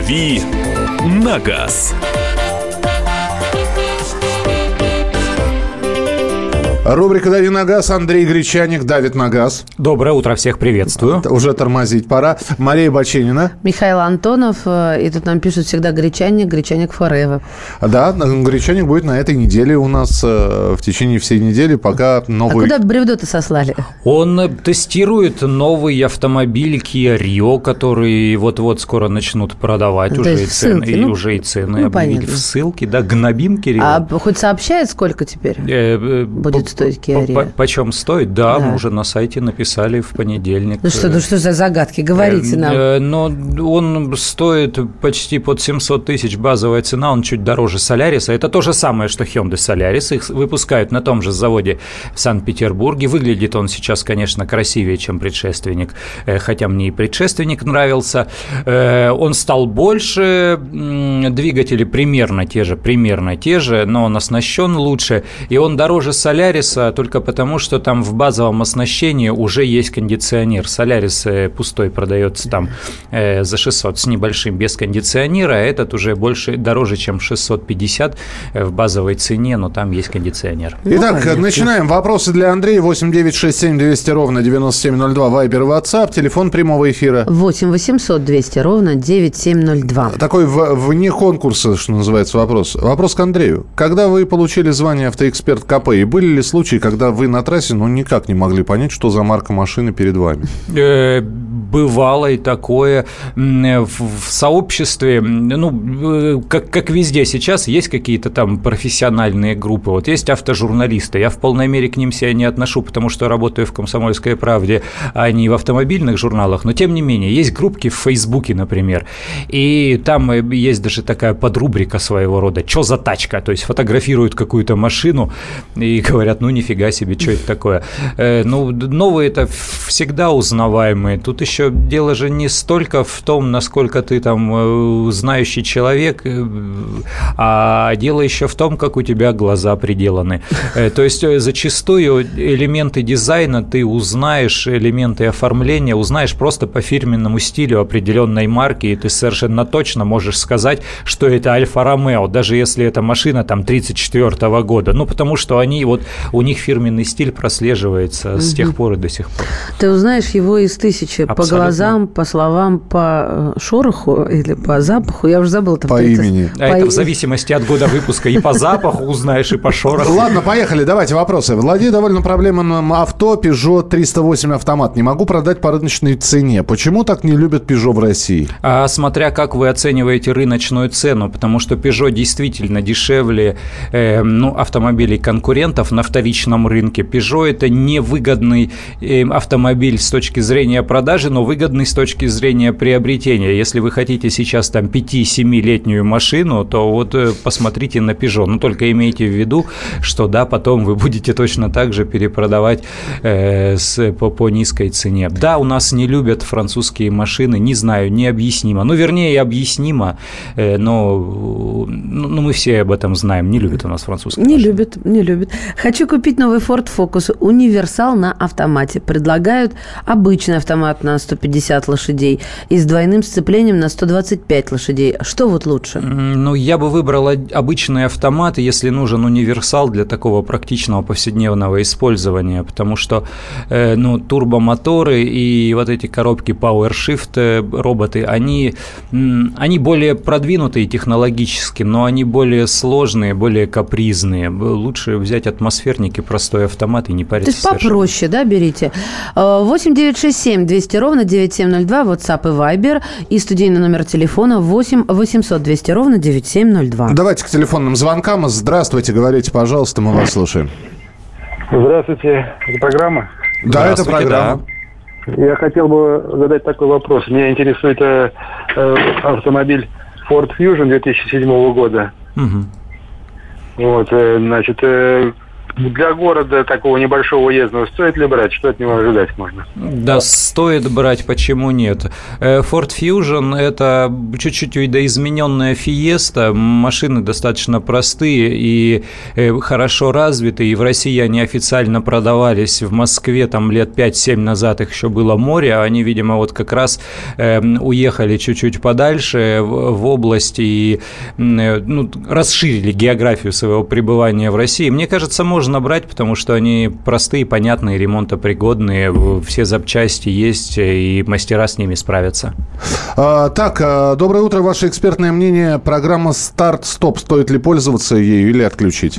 «Дави на газ». Рубрика «Дави на газ». Андрей Гречаник давит на газ. Доброе утро, всех приветствую. Уже тормозить пора. Мария Баченина. Михаил Антонов. И тут нам пишут всегда Гречаник forever. Да, Гречаник будет на этой неделе у нас в течение всей недели, пока новый... А куда бревдо-то сослали? Он тестирует новый автомобиль Kia Rio, который вот-вот скоро начнут продавать. Уже и цены, и уже и цены объявили в ссылке. Да, гнобим, Кирилл. А хоть сообщает, сколько теперь будет стоить Kia Rio? Почем стоит? Да, мы уже на сайте написали в понедельник. Ну что за загадки? Говорите нам. Но он стоит почти под 700 тысяч базовая цена, он чуть дороже Соляриса. Это то же самое, что Hyundai Solaris. Их выпускают на том же заводе в Санкт-Петербурге. Выглядит он сейчас, конечно, красивее, чем предшественник, хотя мне и предшественник нравился. Он стал больше, двигатели примерно те же, но он оснащен лучше, и он дороже Соляриса только потому, что там в базовом оснащении уже есть кондиционер. Солярис пустой продается там за 600 с небольшим без кондиционера, а этот уже дороже, чем 650 в базовой цене, но там есть кондиционер. Итак, начинаем. Вопросы для Андрея. 8 967 200 ровно 9702. Вайбер, WhatsApp. Телефон прямого эфира. 8 800 200 ровно 9702. Такой вне конкурса, что называется, вопрос. Вопрос к Андрею. Когда вы получили звание автоэксперт КП, и были ли случаи, когда вы на трассе, никак не могли понять, что за марка машины перед вами? Бывало и такое. В сообществе, как везде сейчас, есть какие-то там профессиональные группы. Вот есть автожурналисты. Я в полной мере к ним себя не отношу, потому что работаю в «Комсомольской правде», а не в автомобильных журналах. Но, тем не менее, есть группки в Фейсбуке, например. И там есть даже такая подрубрика своего рода «Чё за тачка?». То есть фотографируют какую-то машину и говорят, нифига себе, что это такое. Новые это всегда узнаваемые. Тут еще дело же не столько в том, насколько ты там знающий человек, а дело еще в том, как у тебя глаза приделаны. То есть зачастую элементы дизайна ты узнаешь, элементы оформления узнаешь просто по фирменному стилю определенной марки, и ты совершенно точно можешь сказать, что это Альфа-Ромео, даже если эта машина там 34-го года. Потому что у них фирменный стиль прослеживается с тех пор и до сих пор. Ты узнаешь его из тысячи. Абсолютно. По глазам, по словам, по шороху или по запаху. Я уже забыл. По имени. Это в зависимости от года выпуска. И по запаху узнаешь, и по шороху. Ладно, поехали. Давайте вопросы. Владею довольно проблемным авто. Peugeot 308 автомат. Не могу продать по рыночной цене. Почему так не любят Peugeot в России? Смотря как вы оцениваете рыночную цену. Потому что Peugeot действительно дешевле автомобилей конкурентов на вторичном рынке. Peugeot – это невыгодный автомобиль с точки зрения продажи, но выгодный с точки зрения приобретения. Если вы хотите сейчас там 5-7-летнюю машину, то посмотрите на Peugeot. Только имейте в виду, что потом вы будете точно так же перепродавать по низкой цене. Да, у нас не любят французские машины, не знаю, необъяснимо. Вернее, объяснимо, но мы все об этом знаем. Не любят у нас французские машины. Не любят. Хочу купить новый Ford Focus универсал на автомате. Предлагают обычный автомат на 150 лошадей и с двойным сцеплением на 125 лошадей. Что лучше? Я бы выбрал обычный автомат, если нужен универсал для такого практичного повседневного использования, потому что турбомоторы и эти коробки PowerShift, роботы, они более продвинутые технологически, но они более сложные, более капризные. Лучше взять атмосферник и простой автомат и не париться. То есть попроще, да, берите. 8 967 200 ровно 9702, WhatsApp и Viber, и студийный номер телефона 8 800 200 ровно 9702. Давайте к телефонным звонкам. Здравствуйте, говорите, пожалуйста, мы вас слушаем. Здравствуйте, это программа? Да, это программа. Да. Я хотел бы задать такой вопрос. Меня интересует автомобиль Ford Fusion 2007 года. Угу. для города такого небольшого уездного стоит ли брать? Что от него ожидать можно? Да, стоит брать, почему нет? Ford Fusion – это чуть-чуть видоизмененная Fiesta. Машины достаточно простые и хорошо развитые. И в России они официально продавались. В Москве там лет 5-7 назад их еще было море. Они, видимо, вот как раз уехали чуть-чуть подальше в область и расширили географию своего пребывания в России. Мне кажется, можно брать, потому что они простые, понятные, ремонтопригодные, все запчасти есть, и мастера с ними справятся. Так, доброе утро. Ваше экспертное мнение. Программа «Старт-стоп». Стоит ли пользоваться ею или отключить?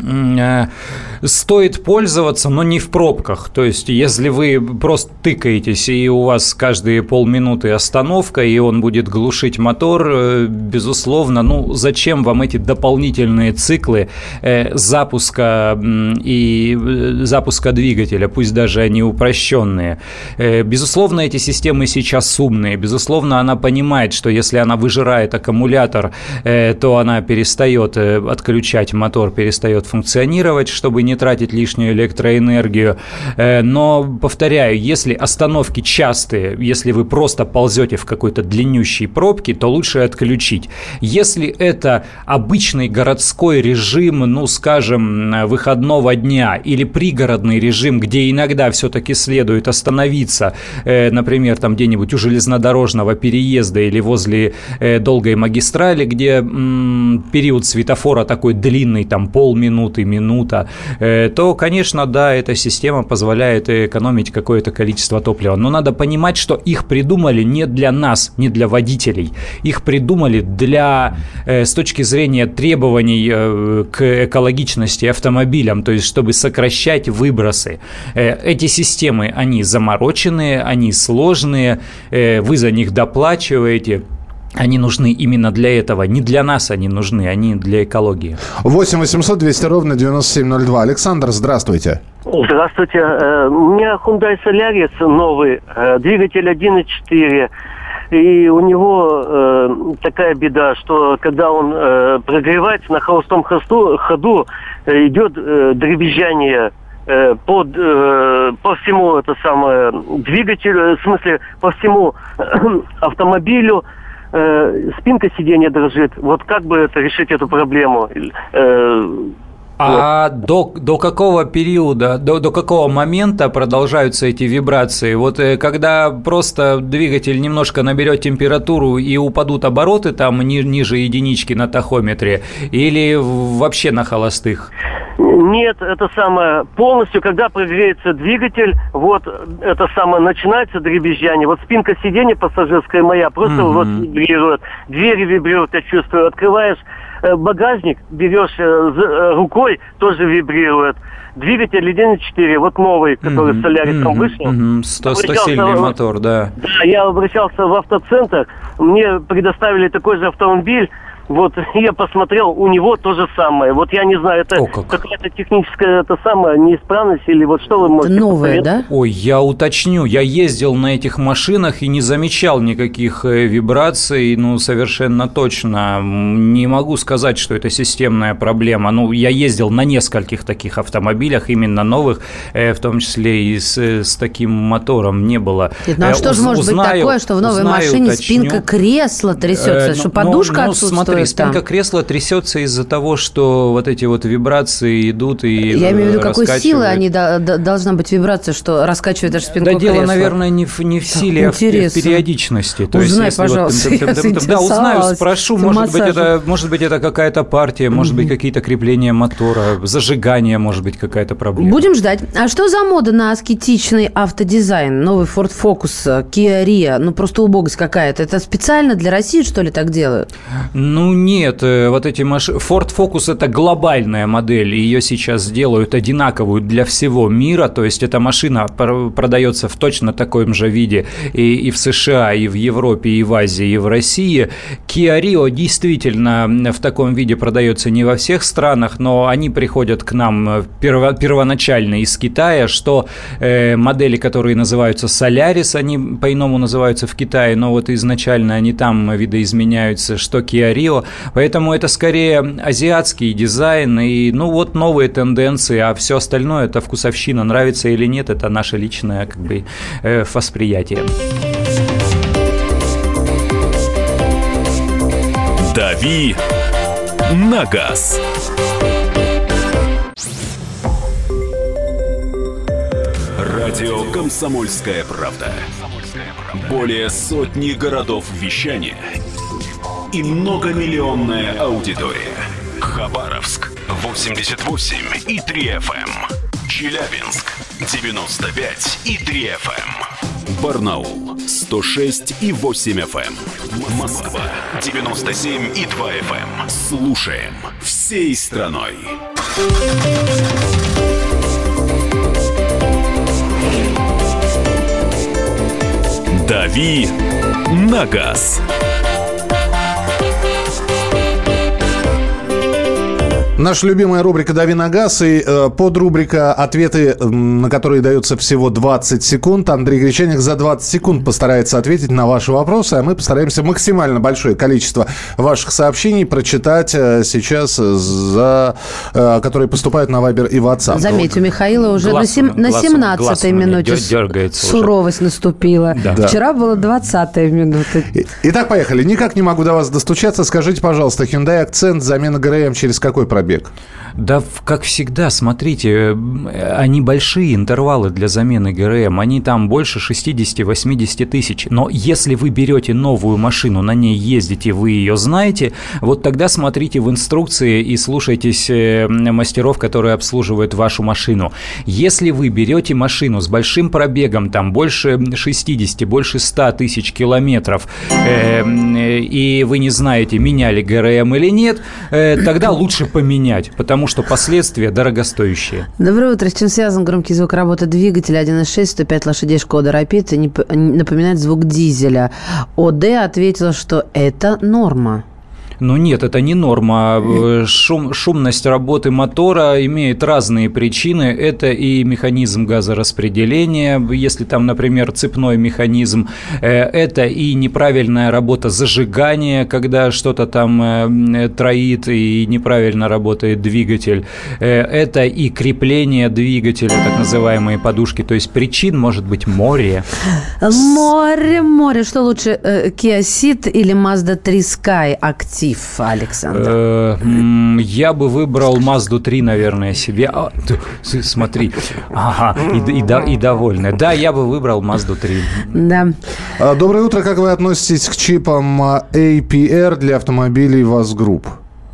Стоит пользоваться, но не в пробках. То есть, если вы просто тыкаетесь, и у вас каждые полминуты остановка, и он будет глушить мотор, безусловно, зачем вам эти дополнительные циклы запуска двигателя, пусть даже они упрощенные. Безусловно, эти системы сейчас умные. Безусловно, она понимает, что если она выжирает аккумулятор, то она перестает отключать мотор, перестает функционировать, чтобы не тратить лишнюю электроэнергию. Но, повторяю, если остановки частые, если вы просто ползете в какой-то длиннющей пробке, то лучше отключить. Если это обычный городской режим, скажем, выходного дня или пригородный режим, где иногда все-таки следует остановиться, например, там где-нибудь у железнодорожного переезда или возле долгой магистрали, где период светофора такой длинный, там полминуты, минута, то, конечно, да, эта система позволяет экономить какое-то количество топлива. Но надо понимать, что их придумали не для нас, не для водителей. Их придумали с точки зрения требований к экологичности автомобилям, то есть чтобы сокращать выбросы. Эти системы, они замороченные, они сложные, вы за них доплачиваете. Они нужны именно для этого. Не для нас они нужны, они для экологии. 8 800 200 ровно 9702. Александр, здравствуйте. Здравствуйте. У меня Hyundai Solaris новый, двигатель 1.4. И у него такая беда, что когда он прогревается на холостом ходу, идет дребезжание по всему двигателю, в смысле по всему автомобилю. Спинка сиденья дрожит. Вот как бы это решить эту проблему? А до какого периода, до какого момента продолжаются эти вибрации? Вот когда просто двигатель немножко наберет температуру и упадут обороты там ниже единички на тахометре, или вообще на холостых? Нет, это полностью, когда прогреется двигатель, начинается дребезжание. Вот спинка сиденья пассажирская моя просто вибрирует, двери вибрируют, я чувствую, открываешь багажник, берешь рукой, тоже вибрирует. Двигатель 1.4, новый, который с Солярисом вышел. 100-сильный мотор, да. Да, я обращался в автоцентр, мне предоставили такой же автомобиль. Я посмотрел, у него то же самое. Я не знаю, это какая-то техническая неисправность или что вы можете новое, да? Ой, я уточню. Я ездил на этих машинах и не замечал никаких вибраций, совершенно точно. Не могу сказать, что это системная проблема. Я ездил на нескольких таких автомобилях, именно новых, в том числе и с таким мотором не было. Нет, что же может быть такое, что в новой машине спинка кресла трясется, что подушка отсутствует? Спинка кресла трясется из-за того, что эти вибрации идут и я имею в виду, какой силы они должна быть вибрация, что раскачивает даже спинку кресла? Да, дело, наверное, не в силе, а в периодичности. Узнай, пожалуйста, я заинтересовалась. Да, узнаю, спрошу. Может быть, это какая-то партия, может быть, какие-то крепления мотора, зажигание, может быть, какая-то проблема. Будем ждать. А что за мода на аскетичный автодизайн? Новый Ford Focus, Kia Rio, просто убогость какая-то. Это специально для России, что ли, так делают? Нет, эти машины... Ford Focus – это глобальная модель, и ее сейчас делают одинаковую для всего мира, то есть эта машина продается в точно таком же виде и в США, и в Европе, и в Азии, и в России. Kia Rio действительно в таком виде продается не во всех странах, но они приходят к нам первоначально из Китая, что модели, которые называются Solaris, они по-иному называются в Китае, но изначально они там видоизменяются, что Kia Rio, видео, поэтому это скорее азиатский дизайн и, ну, вот новые тенденции, а все остальное – это вкусовщина, нравится или нет, это наше личное, как бы, восприятие. «Дави на газ». Радио «Комсомольская правда». Более сотни городов вещания и многомиллионная аудитория. Хабаровск 88,3 FM. Челябинск 95,3 FM. Барнаул 106,8 FM. Москва 97,2 FM. Слушаем всей страной. «Дави на газ». Наша любимая рубрика «Дави на газ» и подрубрика «Ответы, на которые дается всего 20 секунд». Андрей Гречаник за 20 секунд постарается ответить на ваши вопросы, а мы постараемся максимально большое количество ваших сообщений прочитать сейчас, которые поступают на Вайбер и WhatsApp. Заметь, у Михаила уже на 17-й минуте суровость наступила. Да. Вчера было 20-я минута. Итак, поехали. Никак не могу до вас достучаться. Скажите, пожалуйста, Hyundai Accent, замена ГРМ через какой пробег? Да, как всегда, смотрите, они большие интервалы для замены ГРМ, они там больше 60-80 тысяч, но если вы берете новую машину, на ней ездите, вы ее знаете, вот тогда смотрите в инструкции и слушайтесь мастеров, которые обслуживают вашу машину. Если вы берете машину с большим пробегом, там больше 60, больше 100 тысяч километров, и вы не знаете, меняли ГРМ или нет, тогда лучше поменять, потому что последствия дорогостоящие. Доброе утро. С чем связан громкий звук работы двигателя 1.6, 105 лошадей Шкода Рапид и напоминает звук дизеля? ОД ответила, что это норма. Ну нет, это не норма. Шумность работы мотора имеет разные причины. Это и механизм газораспределения, если там, например, цепной механизм. Это и неправильная работа зажигания, когда что-то там троит и неправильно работает двигатель. Это и крепление двигателя, так называемые подушки. То есть причин может быть море. Море. Что лучше, Kia Ceed или Mazda 3 Sky Active? Александр. Я бы выбрал Mazda 3, наверное, себе. Смотри. Ага, и довольны. Да, я бы выбрал Mazda 3. Да. Доброе утро. Как вы относитесь к чипам APR для автомобилей ВАЗ-групп?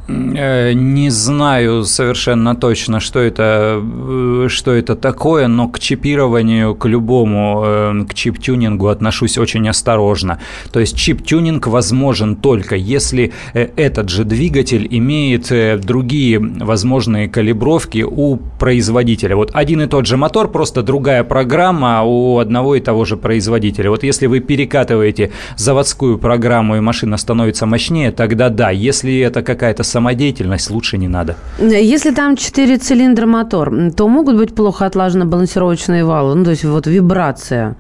Не знаю совершенно точно, что это такое, но к чипированию, к любому, к чип-тюнингу отношусь очень осторожно. То есть чип-тюнинг возможен только если этот же двигатель имеет другие возможные калибровки у производителя. Вот один и тот же мотор, просто другая программа у одного и того же производителя. Вот если вы перекатываете заводскую программу и машина становится мощнее, тогда да. Если это какая-то самодеятельность, лучше не надо. Если там 4-цилиндра мотор, то могут быть плохо отлажены балансировочные валы, ну, то есть вот вибрация.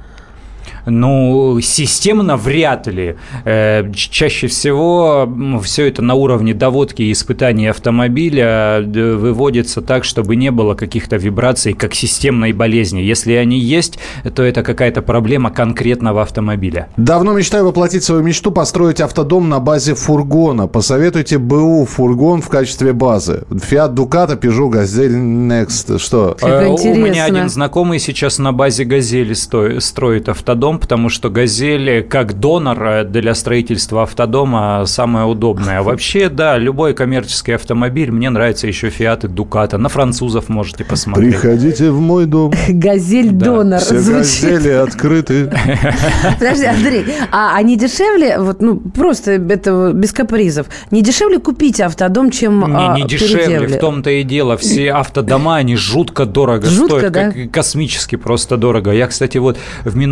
Ну, системно вряд ли. Чаще всего все это на уровне доводки и испытаний автомобиля выводится так, чтобы не было каких-то вибраций, как системной болезни. Если они есть, то это какая-то проблема конкретного автомобиля. Давно мечтаю воплотить свою мечту, построить автодом на базе фургона. Посоветуйте БУ фургон в качестве базы. Fiat Ducato, Peugeot, Gazelle Next. Что? У меня один знакомый сейчас на базе Газели строит автодом, потому что «Газель» как донор для строительства автодома самое удобное. Вообще, да, любой коммерческий автомобиль. Мне нравится еще «Фиат» и «Дукато». На французов можете посмотреть. Приходите в мой дом. «Газель-донор» все звучит. «Газели» открыты. Подожди, Андрей, а не дешевле, вот, ну, просто это без капризов, не дешевле купить автодом, чем не дешевле, в том-то и дело. Все автодома, они жутко дорого стоят. Да? Космически просто дорого. Я, кстати, вот в минувшие выходные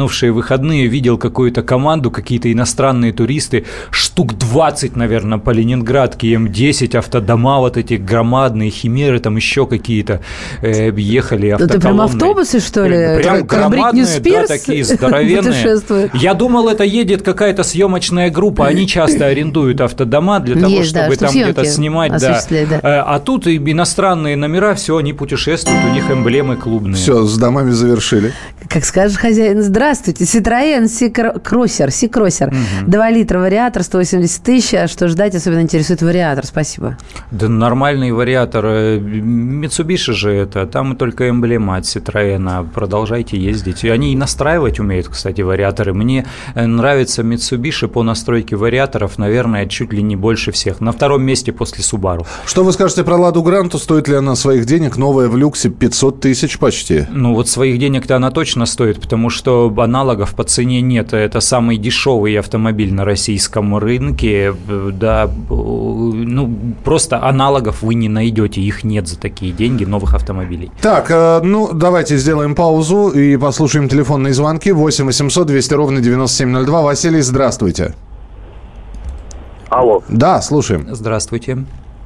выходные видел какую-то команду, какие-то иностранные туристы, штук 20, наверное, по Ленинградке, М10, автодома вот эти громадные, химеры, там еще какие-то ехали автоколонной. Это прям автобусы, что ли? Прям громадные, да, такие здоровенные. Я думал, это едет какая-то съемочная группа, они часто арендуют автодома для того, чтобы там где-то снимать. Да. А тут и иностранные номера, все, они путешествуют, у них эмблемы клубные. Все, с домами завершили. Как скажешь, хозяин, здравствуйте. Citroёn C-Crosser. 2 литра вариатор, 180 тысяч. А что ждать? Особенно интересует вариатор. Спасибо. Да нормальный вариатор. Mitsubishi же это. Там только эмблема от Citroёn. Продолжайте ездить. И они и настраивать умеют, кстати, вариаторы. Мне нравится Mitsubishi по настройке вариаторов, наверное, чуть ли не больше всех. На втором месте после Subaru. Что вы скажете про Ладу Гранту? Стоит ли она своих денег? Новая в люксе 500 тысяч почти. Ну вот своих денег-то она точно стоит, потому что аналогов по цене нет. Это самый дешевый автомобиль на российском рынке. Да, ну просто аналогов вы не найдете. Их нет за такие деньги, новых автомобилей. Так, ну давайте сделаем паузу и послушаем телефонные звонки. 8 800 200 ровно 9702. Василий, здравствуйте. Алло. Да, слушаем. Здравствуйте.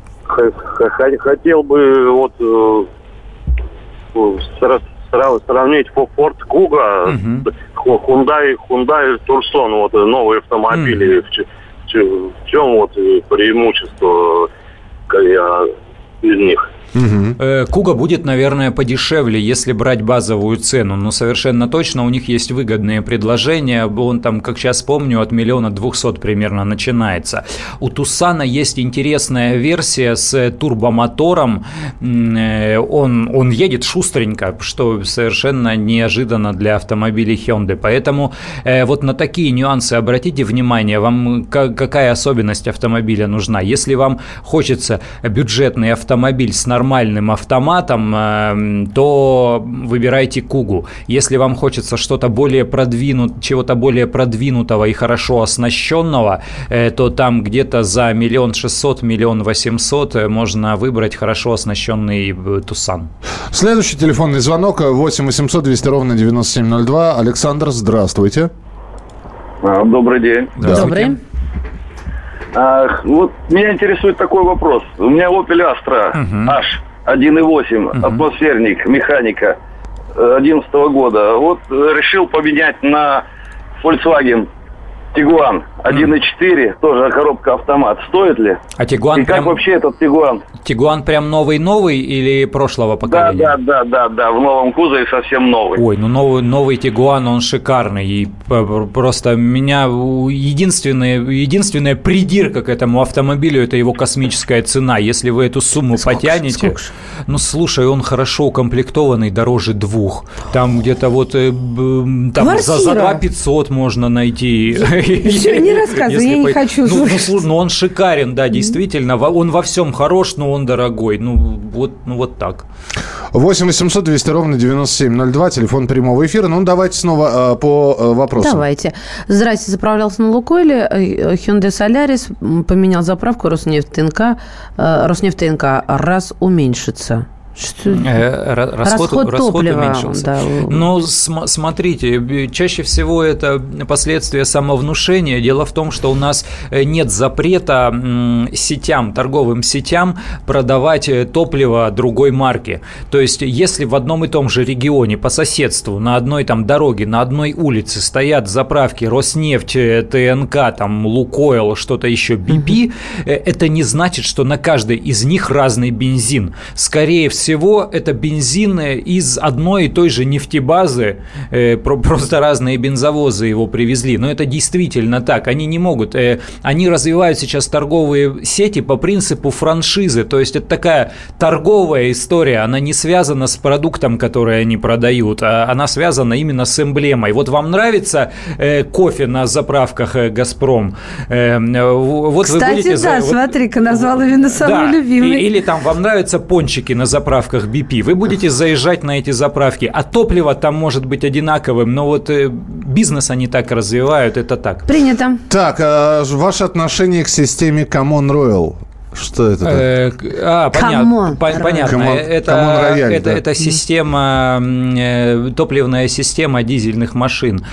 Хотел бы сравнить Ford Kuga, Hyundai Tucson, новые автомобили. В чем преимущество из них? Куга будет, наверное, подешевле, если брать базовую цену, но совершенно точно у них есть выгодные предложения. Он там, как сейчас помню, от 1 200 000 примерно начинается. У Тусана есть интересная версия с турбомотором. Он едет шустренько, что совершенно неожиданно для автомобилей Hyundai. Поэтому вот на такие нюансы обратите внимание. Вам какая особенность автомобиля нужна? Если вам хочется бюджетный автомобиль с нормальным автоматом, то выбирайте Кугу. Если вам хочется чего-то более продвинутого и хорошо оснащенного, то там где-то за 1 600 000, 1 800 000 можно выбрать хорошо оснащенный Тусан. Следующий телефонный звонок 8 800 200 ровно 9702. Александр, здравствуйте. Добрый день. Добрый. Вот меня интересует такой вопрос. У меня Opel Astra H 1.8, атмосферник, механика 2011 года. Вот решил поменять на Volkswagen Tiguan 1.4, тоже коробка автомат. Стоит ли? А Tiguan и как вообще этот Tiguan? Tiguan прям новый или прошлого поколения? Да, в новом кузове совсем новый. Ой, ну новый Tiguan, он шикарный. И просто меня единственная придирка к этому автомобилю – это его космическая цена. Если вы эту сумму потянете… Ну, слушай, он хорошо укомплектованный, дороже 2. Там где-то там за 2 500 можно найти… Все, не рассказывай, я не хочу слушать. Ну, он шикарен, да, действительно. Он во всем хорош, но он дорогой. Ну, вот так. 8 800 200 ровно 9702, телефон прямого эфира. Ну, давайте снова по вопросам. Давайте. Здрасте, заправлялся на Лукойле. Hyundai Solaris поменял заправку, Роснефть ТНК раз уменьшится. Расход топлива, уменьшился. Да. Ну, смотрите, чаще всего это последствия самовнушения. Дело в том, что у нас нет запрета торговым сетям продавать топливо другой марки. То есть, если в одном и том же регионе по соседству на одной там дороге, на одной улице стоят заправки Роснефть, ТНК, там Лукойл, что-то еще, BP, это не значит, что на каждой из них разный бензин. Скорее всего, это бензин из одной и той же нефтебазы, просто разные бензовозы его привезли. Но это действительно так. Они не могут. Они развивают сейчас торговые сети по принципу франшизы. То есть это такая торговая история. Она не связана с продуктом, который они продают, а она связана именно с эмблемой. Вот вам нравится кофе на заправках «Газпром»? Вот кстати, вы будете смотри-ка, назвал именно самый любимый. Или там вам нравятся пончики на заправках BP. Вы будете заезжать на эти заправки, а топливо там может быть одинаковым, но вот бизнес они так развивают, это так. Принято. Так, ваше отношение к системе Common Royal? Что это? Понятно. Это это система, топливная система дизельных машин.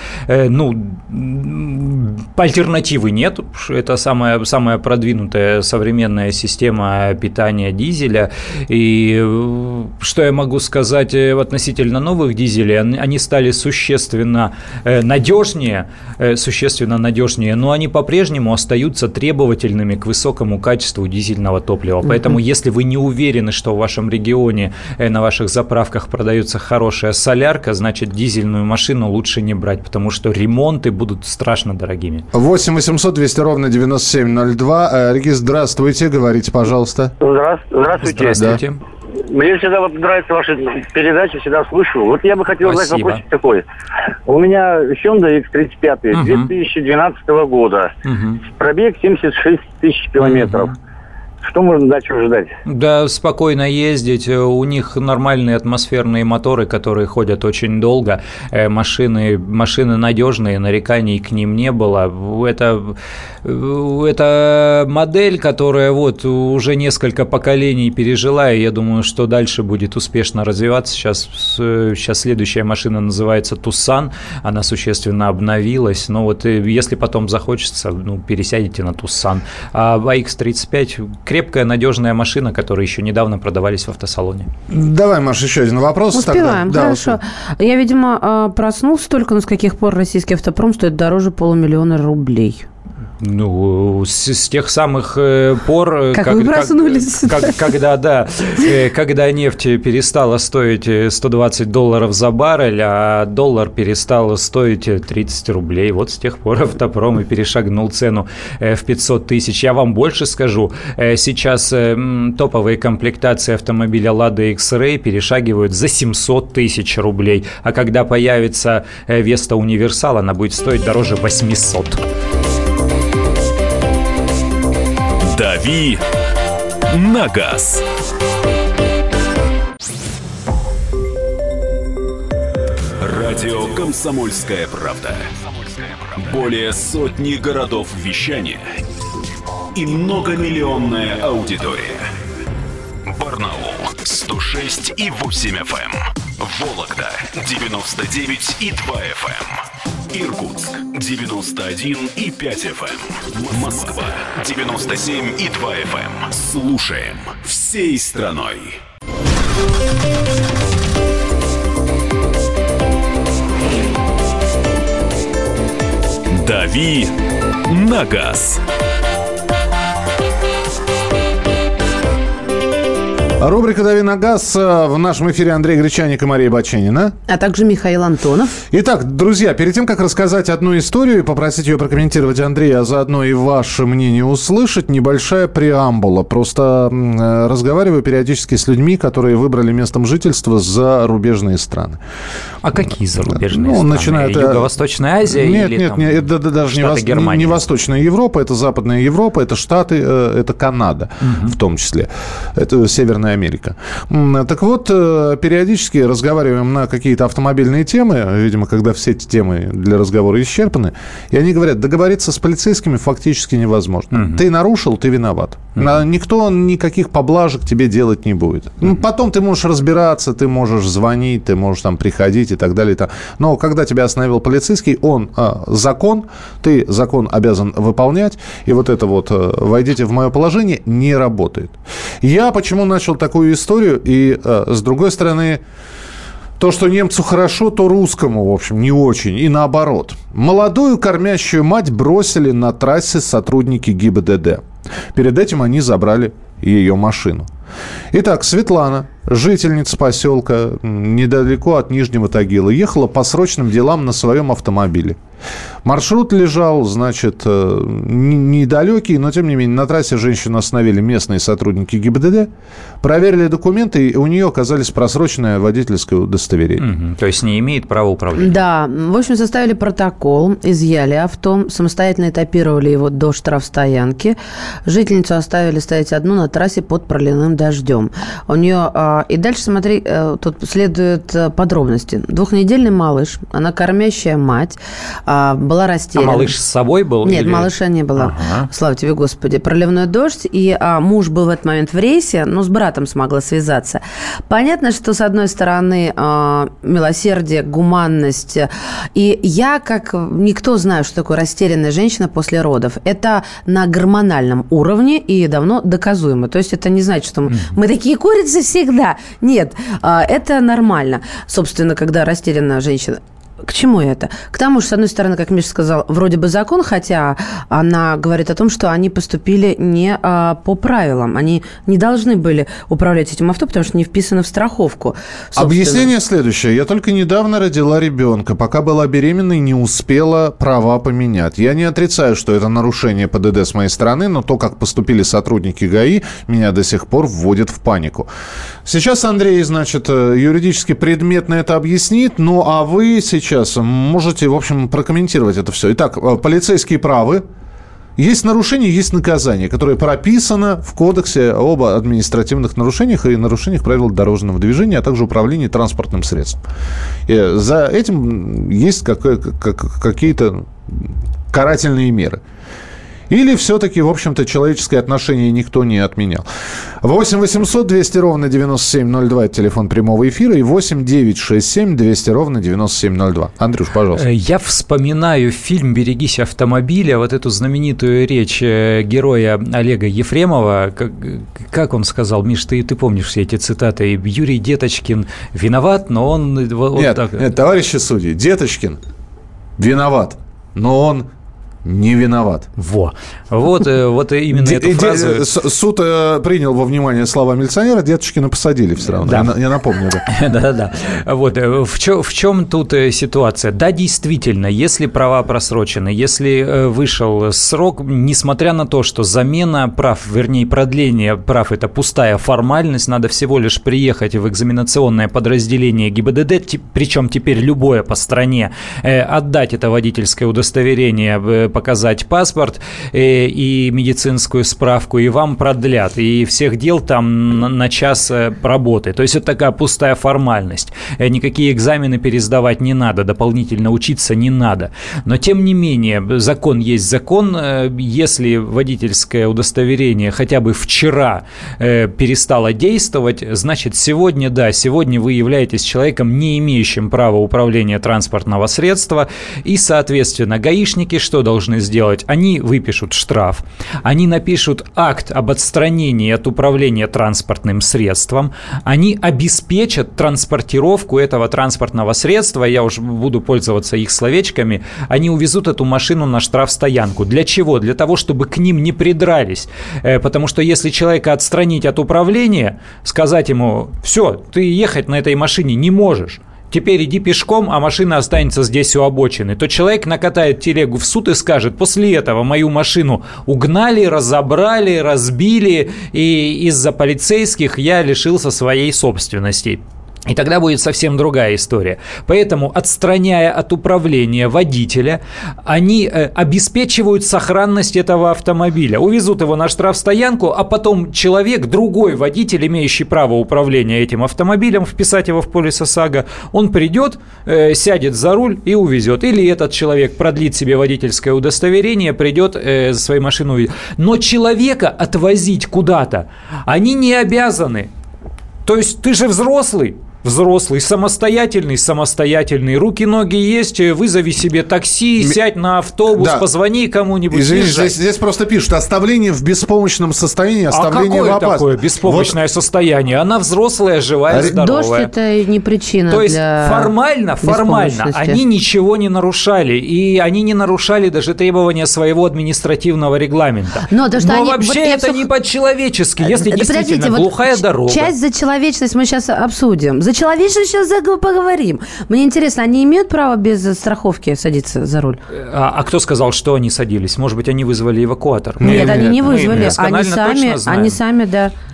Альтернативы нет. Это самая продвинутая современная система питания дизеля. И что я могу сказать относительно новых дизелей? Они стали существенно надежнее, но они по-прежнему остаются требовательными к высокому качеству дизельного топлива. Поэтому, если вы не уверены, что в вашем регионе на ваших заправках продается хорошая солярка, значит, дизельную машину лучше не брать, потому что ремонты будут страшно дорогими. 8 800 200 ровно 9702. Регис, здравствуйте, говорите, пожалуйста. Здравствуйте. Здравствуйте. Мне всегда нравятся ваши передачи, всегда слышу. Вот я бы хотел задать вопрос такой. У меня Hyundai X35 2012 года. Пробег 76 тысяч километров. Что можно дальше ожидать? Да, спокойно ездить. У них нормальные атмосферные моторы, которые ходят очень долго. Машины надежные, нареканий к ним не было. Это модель, которая вот уже несколько поколений пережила, и я думаю, что дальше будет успешно развиваться. Сейчас следующая машина называется Tucson, она существенно обновилась. Но вот если потом захочется, пересядете на Tucson. А X35 крепкая, надежная машина, которые еще недавно продавались в автосалоне. Давай, Маша, еще один вопрос. Успеваем, хорошо. Я, видимо, проснулся только, но с каких пор российский автопром стоит дороже 500 000 рублей? С тех самых пор, как вы проснулись. Когда нефть перестала стоить $120 за баррель, а доллар перестал стоить 30 рублей. Вот с тех пор автопром и перешагнул цену в 500 тысяч. Я вам больше скажу. Сейчас топовые комплектации автомобиля Lada X-Ray перешагивают за 700 тысяч рублей. А когда появится Vesta Универсал, она будет стоить дороже 800. «Дави на газ». Радио «Комсомольская правда». Более сотни городов вещания и многомиллионная аудитория. Барнаул 106,8 FM. Вологда 99,2 FM. Иркутск 91,5 FM. Москва 97,2 FM. Слушаем всей страной. «Дави на газ». Рубрика «Дави на газ». В нашем эфире Андрей Гречаник и Мария Баченина. А также Михаил Антонов. Итак, друзья, перед тем, как рассказать одну историю и попросить ее прокомментировать Андрея, а заодно и ваше мнение услышать, небольшая преамбула. Просто разговариваю периодически с людьми, которые выбрали местом жительства зарубежные страны. А какие зарубежные страны? Начинают... Юго-Восточная Азия? Нет, или это даже не Восточная Европа, это Западная Европа, это Штаты, это Канада в том числе. Это Северная Америка. Так вот, периодически разговариваем на какие-то автомобильные темы, видимо, когда все эти темы для разговора исчерпаны, и они говорят, договориться с полицейскими фактически невозможно. Ты нарушил, ты виноват. Никто никаких поблажек тебе делать не будет. Потом ты можешь разбираться, ты можешь звонить, ты можешь там приходить и так далее. Но когда тебя остановил полицейский, он закон, ты закон обязан выполнять, и вот это вот «войдите в мое положение» не работает. Я почему начал такую историю, и с другой стороны, то, что немцу хорошо, то русскому, в общем, не очень, и наоборот. Молодую кормящую мать бросили на трассе сотрудники ГИБДД. Перед этим они забрали ее машину. Итак, Светлана, жительница поселка недалеко от Нижнего Тагила, ехала по срочным делам на своем автомобиле. Маршрут лежал, значит, недалекий, но, тем не менее, на трассе женщину остановили местные сотрудники ГИБДД, проверили документы, и у нее оказались просроченное водительское удостоверение. То есть не имеет права управления. Да, в общем, составили протокол, изъяли авто, самостоятельно этапировали его до штрафстоянки. Жительницу оставили стоять одну на трассе под проливным дождем. У нее И дальше, смотри, тут следуют подробности. 2-недельный малыш, она кормящая мать, была растеряна. А малыш с собой был? Нет, малыша не было. Ага. Слава тебе, Господи. Проливной дождь, и муж был в этот момент в рейсе, но с братом смогла связаться. Понятно, что, с одной стороны, милосердие, гуманность. И я, как никто, знаю, что такое растерянная женщина после родов. Это на гормональном уровне и давно доказуемо. То есть это не значит, что мы такие курицы всегда. Нет, это нормально. Собственно, когда растерянная женщина... К чему это? К тому, что, с одной стороны, как Миша сказал, вроде бы закон, хотя она говорит о том, что они поступили не по правилам. Они не должны были управлять этим авто, потому что не вписаны в страховку. Собственно. Объяснение следующее. Я только недавно родила ребенка. Пока была беременной, не успела права поменять. Я не отрицаю, что это нарушение ПДД с моей стороны, но то, как поступили сотрудники ГАИ, меня до сих пор вводит в панику. Сейчас Андрей, значит, юридически предметно это объяснит. Ну, а вы сейчас можете, в общем, прокомментировать это все. Итак, полицейские правы. Есть нарушение, есть наказание, которое прописано в Кодексе об административных нарушениях и нарушениях правил дорожного движения, а также управления транспортным средством. И за этим есть какие-то карательные меры. Или все-таки, в общем-то, человеческое отношение никто не отменял. 8 800 200 ровно 9702 – это телефон прямого эфира. И 8 967 200 ровно 9702. Андрюш, пожалуйста. Я вспоминаю фильм «Берегись автомобиля», вот эту знаменитую речь героя Олега Ефремова. Как он сказал? Миш, ты помнишь все эти цитаты? Юрий Деточкин виноват, но он... Нет, товарищи судьи, Деточкин виноват, но он... не виноват. Вот именно эту фразу... Суд принял во внимание слова милиционера, Деточкина посадили все равно. Да. Я напомню. Да. Вот в чем тут ситуация? Да, действительно, если права просрочены, если вышел срок, несмотря на то, что замена прав, вернее, продление прав – это пустая формальность, надо всего лишь приехать в экзаменационное подразделение ГИБДД, причем теперь любое по стране, отдать это водительское удостоверение, показать паспорт и медицинскую справку, и вам продлят. И всех дел там на час работы. То есть это такая пустая формальность. Никакие экзамены пересдавать не надо, дополнительно учиться не надо. Но тем не менее, закон есть закон. Если водительское удостоверение хотя бы вчера перестало действовать, значит сегодня вы являетесь человеком, не имеющим права управления транспортного средства. И, соответственно, гаишники что должны сделать? Они выпишут штраф, они напишут акт об отстранении от управления транспортным средством, они обеспечат транспортировку этого транспортного средства, я уж буду пользоваться их словечками, они увезут эту машину на штрафстоянку. Для чего? Для того, чтобы к ним не придрались. Потому что если человека отстранить от управления, сказать ему: все, ты ехать на этой машине не можешь, теперь иди пешком, а машина останется здесь у обочины, то человек накатает телегу в суд и скажет: после этого мою машину угнали, разобрали, разбили, и из-за полицейских я лишился своей собственности. И тогда будет совсем другая история. Поэтому, отстраняя от управления водителя, они обеспечивают сохранность этого автомобиля. Увезут его на штрафстоянку, а потом человек, другой водитель, имеющий право управления этим автомобилем, вписать его в полис ОСАГО, он придет, сядет за руль и увезет. Или этот человек продлит себе водительское удостоверение, придет, свою машину увезет. Но человека отвозить куда-то они не обязаны. То есть ты же взрослый, самостоятельный, руки-ноги есть, вызови себе такси, сядь на автобус, позвони кому-нибудь. Извините, здесь просто пишут: оставление в беспомощном состоянии, оставление в опасности. А какое такое беспомощное состояние? Она взрослая, живая, здоровая. Дождь – это не причина. То есть формально они ничего не нарушали, и они не нарушали даже требования своего административного регламента. Но вообще это не по-человечески, если действительно глухая дорога. Часть за человечность мы сейчас обсудим. За человечность сейчас поговорим. Мне интересно, они имеют право без страховки садиться за руль? А кто сказал, что они садились? Может быть, они вызвали эвакуатор? Нет, они не вызвали. Они сами, да.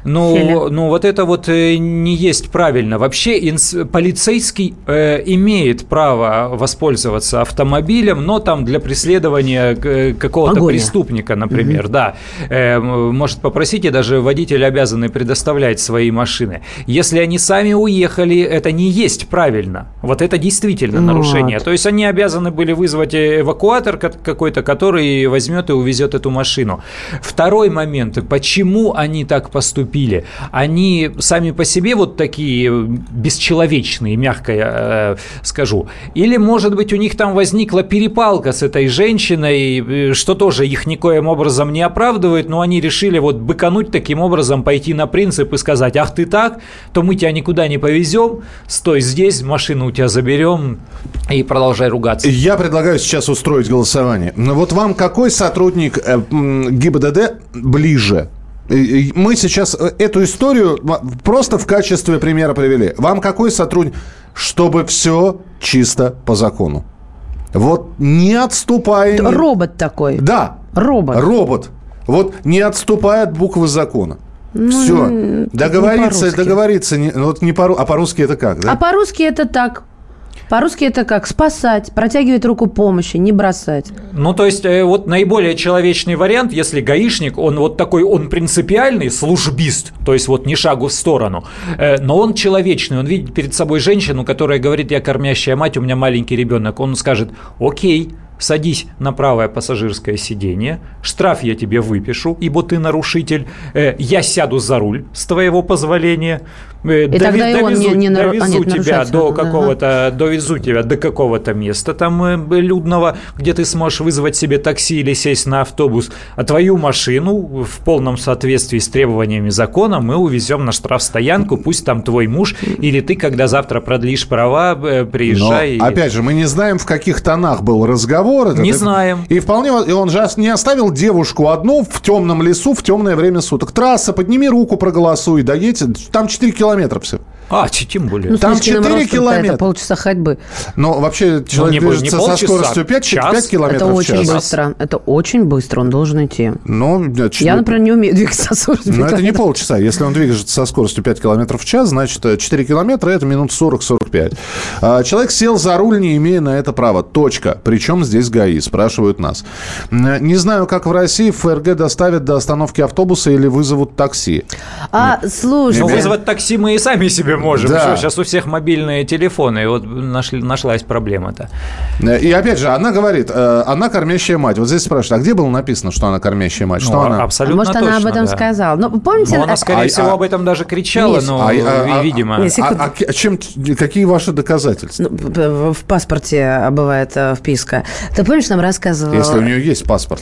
Ну, вот это вот не есть правильно. Вообще полицейский имеет право воспользоваться автомобилем, но там для преследования какого-то преступника, например, да. Может попросить, и даже водители обязаны предоставлять свои машины. Если они сами уехали, это не есть правильно. Вот это действительно нарушение. То есть они обязаны были вызвать эвакуатор какой-то, который возьмет и увезет эту машину. Второй момент. Почему они так поступили? Они сами по себе вот такие бесчеловечные, мягко я скажу. Или, может быть, у них там возникла перепалка с этой женщиной, что тоже их никоим образом не оправдывает, но они решили вот быкануть таким образом, пойти на принцип и сказать: ах ты так, то мы тебя никуда не повезем, стой здесь, машину у тебя заберем и продолжай ругаться. Я предлагаю сейчас устроить голосование. Вот вам какой сотрудник ГИБДД ближе? Мы сейчас эту историю просто в качестве примера привели. Вам какой сотрудник? Чтобы все чисто по закону. Вот не отступая... Робот такой. Да. Робот. Вот не отступая от буквы закона. Все. Договориться. А по-русски это как? Да? А по-русски это так. По-русски это как? Спасать, протягивать руку помощи, не бросать. Ну, то есть, вот наиболее человечный вариант, если гаишник, он вот такой, он принципиальный, службист, то есть вот ни шагу в сторону, но он человечный, он видит перед собой женщину, которая говорит: я кормящая мать, у меня маленький ребенок, он скажет: окей, садись на правое пассажирское сиденье, штраф я тебе выпишу, ибо ты нарушитель, я сяду за руль с твоего позволения, довезу тебя до какого-то места там людного, где ты сможешь вызвать себе такси или сесть на автобус, а твою машину в полном соответствии с требованиями закона мы увезем на штрафстоянку, пусть там твой муж или ты, когда завтра продлишь права, приезжай. Но, опять же, мы не знаем, в каких тонах был разговор. Не знаем. И вполне, и он же не оставил девушку одну в темном лесу в темное время суток. Трасса, подними руку, проголосуй, доедь. Там 4 километра все. Тем более. Ну, там 4 километра. Это полчаса ходьбы. Но вообще человек движется со скоростью 5 километров в час. Это очень быстро. Это очень быстро, он должен идти. Я, например, не умею двигаться со скоростью 5 километров. Но это не полчаса. Если он движется со скоростью 5 километров в час, значит, 4 километра – это минут 40-45. Человек сел за руль, не имея на это права. Точка. Причем здесь ГАИ, спрашивают нас. Не знаю, как в России, в ФРГ доставят до остановки автобуса или вызовут такси. Слушай. Вызвать такси мы и сами себе можем. Да. Сейчас у всех мобильные телефоны, и вот нашлась проблема-то. И опять же, она говорит, она кормящая мать. Вот здесь спрашивают, а где было написано, что она кормящая мать? Что она? Абсолютно Может, точно, она об этом сказала. Но помните, она, скорее всего, об этом даже кричала, но, видимо... Какие ваши доказательства? В паспорте бывает вписка. Ты помнишь, нам рассказывала... Если у нее есть паспорт.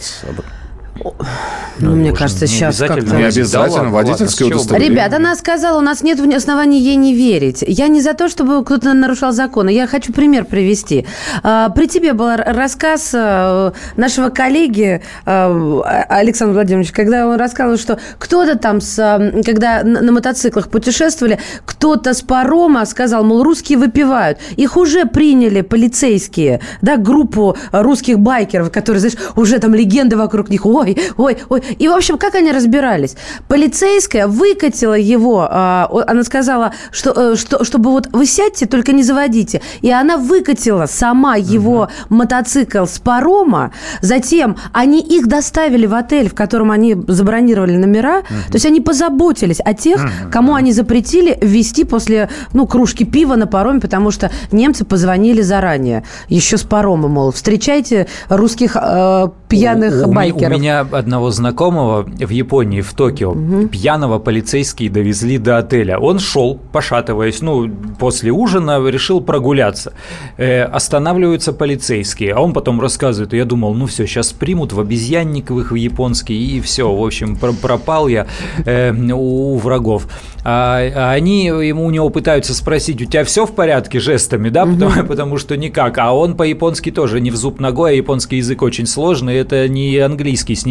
Мне кажется, сейчас как-то... Не обязательно, водительское удостоверение. Ребят, она сказала, у нас нет оснований ей не верить. Я не за то, чтобы кто-то нарушал законы. Я хочу пример привести. При тебе был рассказ нашего коллеги Александра Владимировича, когда он рассказывал, что кто-то там, когда на мотоциклах путешествовали, кто-то с парома сказал, мол, русские выпивают. Их уже приняли полицейские, да, группу русских байкеров, которые, знаешь, уже там легенды вокруг них. Ой. И, в общем, как они разбирались? Полицейская выкатила его, она сказала, что чтобы вот вы сядьте, только не заводите. И она выкатила сама его мотоцикл с парома. Затем их доставили в отель, в котором они забронировали номера. То есть они позаботились о тех, кому они запретили ввезти после кружки пива на пароме, потому что немцы позвонили заранее. Еще с парома, мол, встречайте русских пьяных байкеров. У меня одного знакомого в Японии, в Токио, пьяного полицейские довезли до отеля. Он шел, пошатываясь, после ужина решил прогуляться. Останавливаются полицейские, а он потом рассказывает, я думал, все, сейчас примут в обезьянник в японский, и все, в общем, пропал я у врагов. А они у него пытаются спросить, у тебя все в порядке, жестами, да, потому что никак. А он по-японски тоже не в зуб ногой, а японский язык очень сложный, это не английский, с ним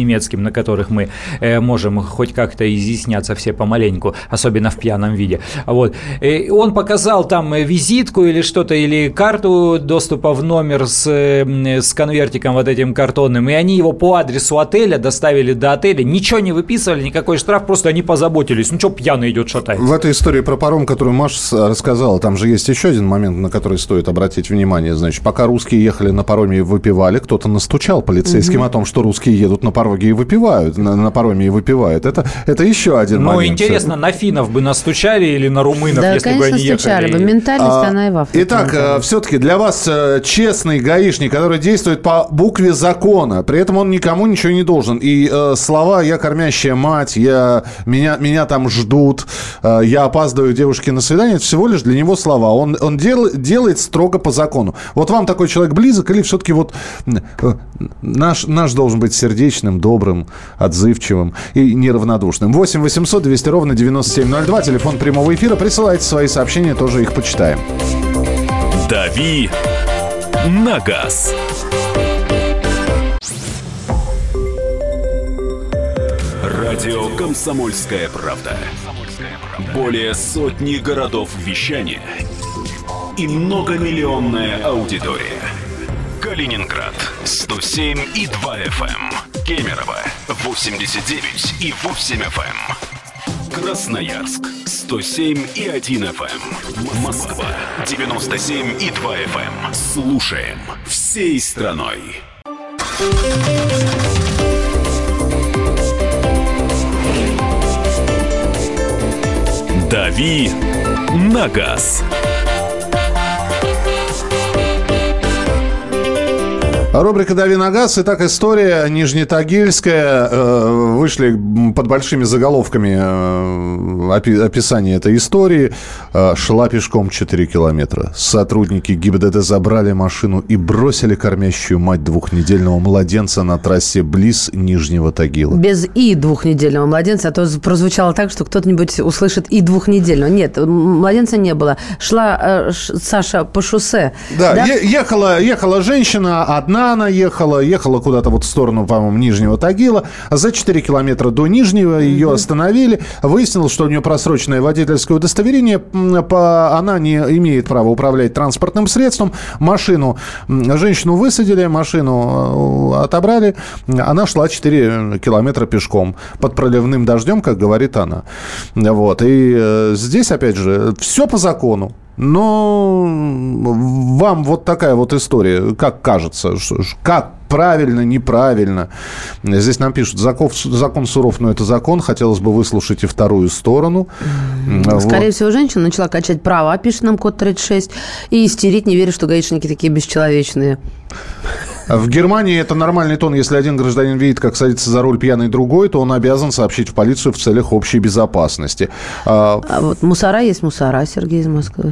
немецким, на которых мы можем хоть как-то изъясняться все помаленьку, особенно в пьяном виде. Вот. И он показал там визитку или что-то, или карту доступа в номер с конвертиком вот этим картонным, и они его по адресу отеля доставили до отеля, ничего не выписывали, никакой штраф, просто они позаботились. Ну что, пьяный идет, шатается. В этой истории про паром, которую Маша рассказала, там же есть еще один момент, на который стоит обратить внимание. Значит, пока русские ехали на пароме и выпивали, кто-то настучал полицейским о том, что русские едут на пароме и выпивают. На пароме и выпивают. Это еще один момент. Ну, интересно, на финнов бы настучали или на румынов, да, если бы они ехали? Да, конечно, стучали бы. Ментальность, она и в Африке. Итак, все-таки для вас честный гаишник, который действует по букве закона, при этом он никому ничего не должен. И слова «я кормящая мать», меня там ждут, я опаздываю девушке на свидание, это всего лишь для него слова. Он делает строго по закону. Вот вам такой человек близок или все-таки вот наш должен быть сердечным, добрым, отзывчивым и неравнодушным? 8 800 200 ровно 9702, телефон прямого эфира. Присылайте свои сообщения, тоже их почитаем. «Дави на газ». Радио «Комсомольская правда». Более сотни городов вещания и многомиллионная аудитория. Калининград 107,2 FM, Кемерово 89,8 FM, Красноярск 107,1 FM, Москва 97,2 FM. Слушаем всей страной. «Дави на газ». Рубрика «Дави на газ». Итак, история Нижнетагильская. Вышли под большими заголовками описание этой истории. Шла пешком 4 километра. Сотрудники ГИБДД забрали машину и бросили кормящую мать двухнедельного младенца на трассе близ Нижнего Тагила. Без «и» двухнедельного младенца, а то прозвучало так, что кто-нибудь услышит «и» двухнедельного. Нет, младенца не было. Шла Саша по шоссе. Да? Ехала женщина, одна она ехала куда-то вот в сторону, по-моему, Нижнего Тагила. За 4 километра до Нижнего ее остановили. Выяснилось, что у нее просроченное водительское удостоверение. Она не имеет права управлять транспортным средством. Женщину высадили, машину отобрали. Она шла 4 километра пешком под проливным дождем, как говорит она. Вот. И здесь, опять же, все по закону. Но вам вот такая вот история, как кажется, как правильно, неправильно. Здесь нам пишут, закон суров, но это закон. Хотелось бы выслушать и вторую сторону. Скорее всего, женщина начала качать права, пишет нам код 36, и истерить, не веря, что гаишники такие бесчеловечные. В Германии это нормальный тон. Если один гражданин видит, как садится за руль пьяный другой, то он обязан сообщить в полицию в целях общей безопасности. А вот мусора есть мусора, Сергей из Москвы.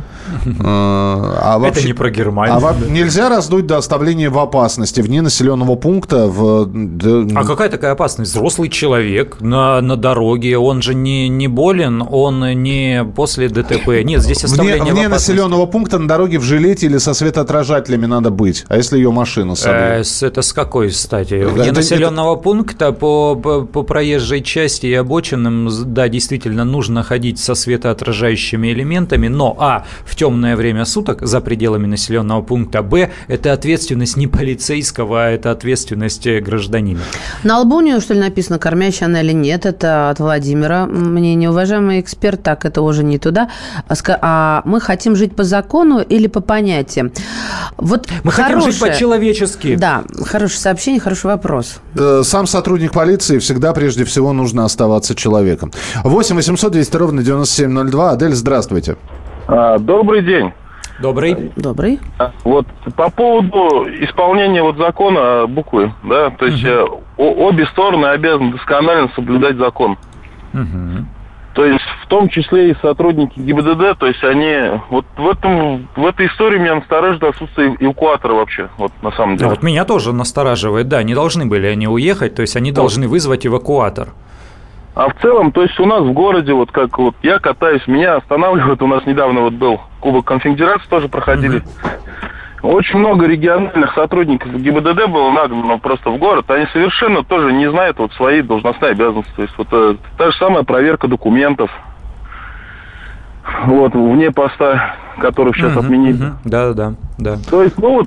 Это не про Германию. Нельзя раздуть до оставления в опасности вне населенного пункта. А какая такая опасность? Взрослый человек на дороге, он же не болен, он не после ДТП. Нет, здесь оставление вне населенного пункта на дороге в жилете или со светоотражателями надо быть. А если ее машина с собой? Это с какой стати? Вне населенного пункта по проезжей части и обочинам, да, действительно нужно ходить со светоотражающими элементами, но в темное время суток за пределами населенного пункта, это ответственность не полицейского, а это ответственность гражданина. На лбу у нее, что ли, написано, кормящая она или нет? Это от Владимира мнение. Уважаемый эксперт, так, это уже не туда. А мы хотим жить по закону или по понятиям? Вот мы хотим жить по-человечески. Да, хорошее сообщение, хороший вопрос. Сам сотрудник полиции всегда, прежде всего, нужно оставаться человеком. 8 800 200 ровно 9702. Адель, здравствуйте. Добрый день. Добрый. Вот по поводу исполнения закона буквы, да, то есть обе стороны обязаны досконально соблюдать закон. То есть в том числе и сотрудники ГИБДД, то есть они вот в этой истории меня настораживает отсутствие эвакуатора вообще, вот на самом деле. Вот меня тоже настораживает, да, не должны были они уехать, то есть они должны вызвать эвакуатор. А в целом, то есть у нас в городе, я катаюсь, меня останавливают, у нас недавно был Кубок Конфедерации, тоже проходили. Очень много региональных сотрудников ГИБДД было нагнано просто в город. Они совершенно тоже не знают вот свои должностные обязанности. То есть вот та же самая проверка документов. Вот, вне поста, которых сейчас отменили. Да. То есть, ну вот,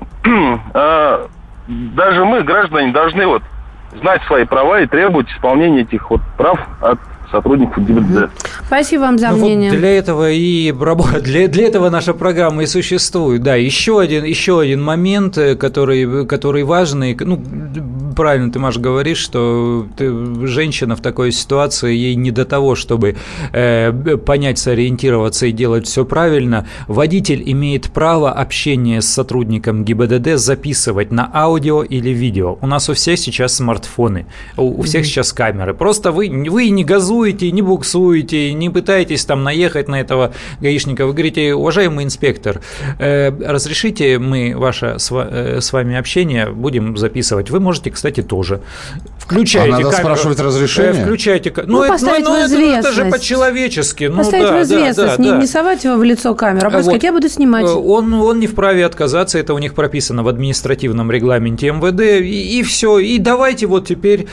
даже мы, граждане, должны вот знать свои права и требовать исполнения этих вот прав от сотрудников ГИБДД. Спасибо вам за мнение. Вот для этого и для этого наша программа и существует. Да, еще один момент, который важный. Ну, правильно ты, Маша, говоришь, что женщина в такой ситуации, ей не до того, чтобы понять, сориентироваться и делать все правильно. Водитель имеет право общения с сотрудником ГИБДД записывать на аудио или видео. У нас у всех сейчас смартфоны, у всех сейчас камеры. Просто вы не газуете, не буксуете, не пытаетесь там наехать на этого гаишника. Вы говорите: уважаемый инспектор, разрешите мы ваше с вами общение будем записывать? Вы можете, кстати, тоже. Включайте надо камеру. Спрашивать разрешение? Включайте. Поставить в известность. Это же по-человечески. Поставить в известность, не совать его в лицо камеру, а просто сказать: я буду снимать. Он не вправе отказаться, это у них прописано в административном регламенте МВД, и все. И давайте вот теперь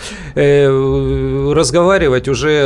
разговаривать уже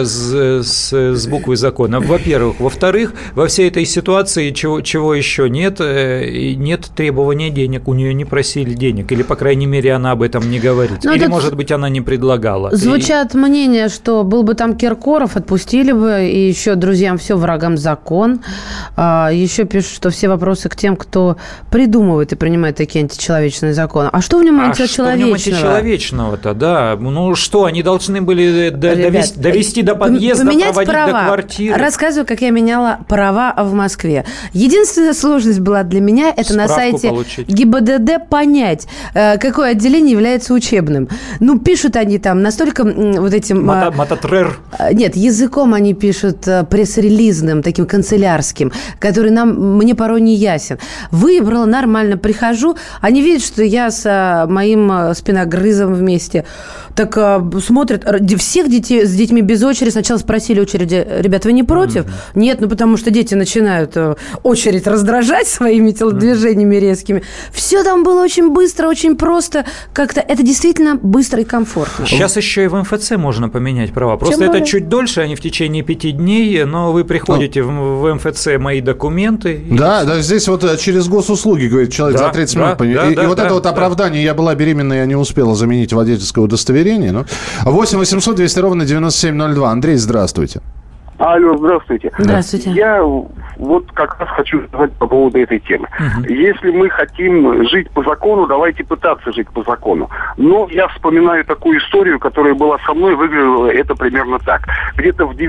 с буквой закона. Во-первых. Во-вторых, во всей этой ситуации чего еще нет? Нет требования денег. У нее не просили денег. Или, по крайней мере, она об этом не говорит. Или, может быть, она не предлагала. Звучат мнения, что был бы там Киркоров, отпустили бы, и еще друзьям все, врагам закон. Еще пишут, что все вопросы к тем, кто придумывает и принимает такие античеловечные законы. А что в нем античеловечного-то, да? Ну что, они должны были довести до подъезда, проводить права. До квартиры. Рассказываю, как я меняла права в Москве. Единственная сложность была для меня, это справку на сайте получить. ГИБДД понять, какое отделение является учебным. Ну, пишут они там настолько вот этим... Мототрер. Нет, языком они пишут пресс-релизным, таким канцелярским, который мне порой не ясен. Выбрала, нормально прихожу, они видят, что я с моим спиногрызом вместе. Так смотрят, всех детей с детьми без очереди. Сначала спросили очереди: ребят, вы не против? Нет, потому что дети начинают очередь раздражать своими телодвижениями резкими. Все там было очень быстро, очень просто. Как-то это действительно быстро и комфортно. Сейчас еще и в МФЦ можно поменять права. Просто это чуть дольше, они в течение 5 дней, но вы приходите в МФЦ «Мои документы». Да, здесь вот через госуслуги, говорит человек, за 30 минут. И вот это вот оправдание: я была беременна, я не успела заменить водительское удостоверение. 8 800 200 ровно 9702. Андрей, здравствуйте. Алло, здравствуйте. Здравствуйте. Я вот как раз хочу сказать по поводу этой темы. Если мы хотим жить по закону, давайте пытаться жить по закону. Но я вспоминаю такую историю, которая была со мной, выглядела это примерно так. Где-то в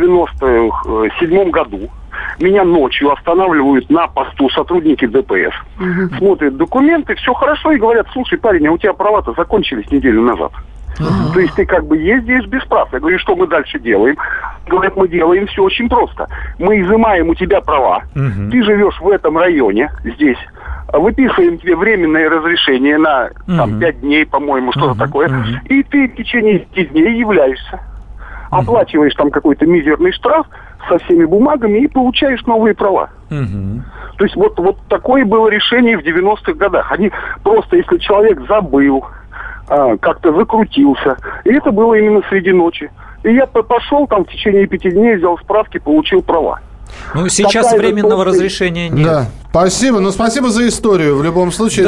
97 году меня ночью останавливают на посту сотрудники ДПС. Смотрят документы, все хорошо, и говорят: слушай, парень, а у тебя права-то закончились неделю назад. То есть ты как бы ездишь без прав. Я говорю: что мы дальше делаем? Говорят: мы делаем все очень просто. Мы изымаем у тебя права. Ты живешь в этом районе, здесь. Выписываем тебе временное разрешение на 5 дней, по-моему, что-то такое. И ты в течение 5 дней являешься. Оплачиваешь там какой-то мизерный штраф со всеми бумагами и получаешь новые права. То есть вот такое было решение в 90-х годах. Они просто, если человек забыл, как-то закрутился. И это было именно среди ночи. И я пошел там в течение 5 дней, взял справки, получил права. Ну, сейчас временного разрешения нет. Да. Спасибо. Ну, спасибо за историю. В любом случае.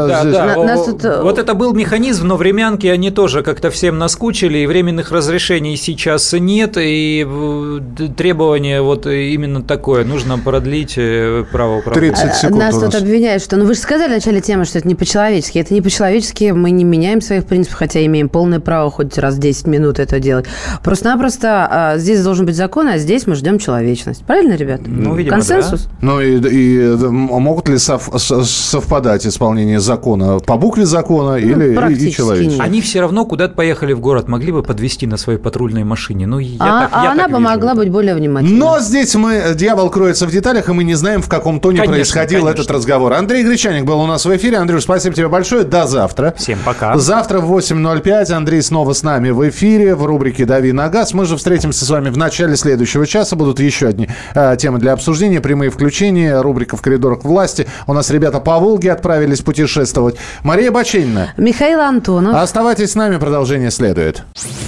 Вот это был механизм, но времянки, они тоже как-то всем наскучили, и временных разрешений сейчас нет, и требование вот именно такое. Нужно продлить право управления. 30 секунд. Нас тут обвиняют, что... Ну, вы же сказали в начале темы, что это не по-человечески. Это не по-человечески, мы не меняем своих принципов, хотя имеем полное право хоть раз в 10 минут это делать. Просто-напросто здесь должен быть закон, а здесь мы ждем человечность. Правильно, ребята? Ну, видимо, консенсус? Да. Ну, и могут ли совпадать исполнение закона по букве закона или человечески? Они все равно куда-то поехали в город, могли бы подвезти на своей патрульной машине. Ну, она бы могла быть более внимательной. Но здесь дьявол кроется в деталях, и мы не знаем, в каком тоне происходил этот разговор. Андрей Гречаник был у нас в эфире. Андрюш, спасибо тебе большое. До завтра. Всем пока. Завтра в 8:05 Андрей снова с нами в эфире в рубрике «Дави на газ». Мы же встретимся с вами в начале следующего часа. Будут еще одни темы для обсуждения, прямые включения, рубрика «В коридоре коридорах власти. У нас ребята по Волге отправились путешествовать. Мария Баченина. Михаил Антонов. Оставайтесь с нами, продолжение следует.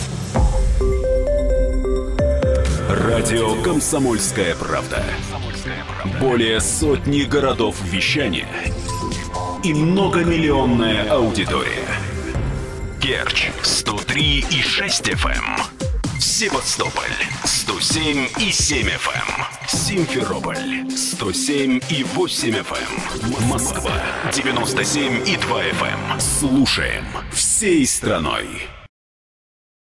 Радио «Комсомольская правда». Более сотни городов вещания и многомиллионная аудитория. Керчь 103,6 FM. Севастополь 107,7 FM. Симферополь 107,8 FM. Москва 97,2 FM. Слушаем всей страной.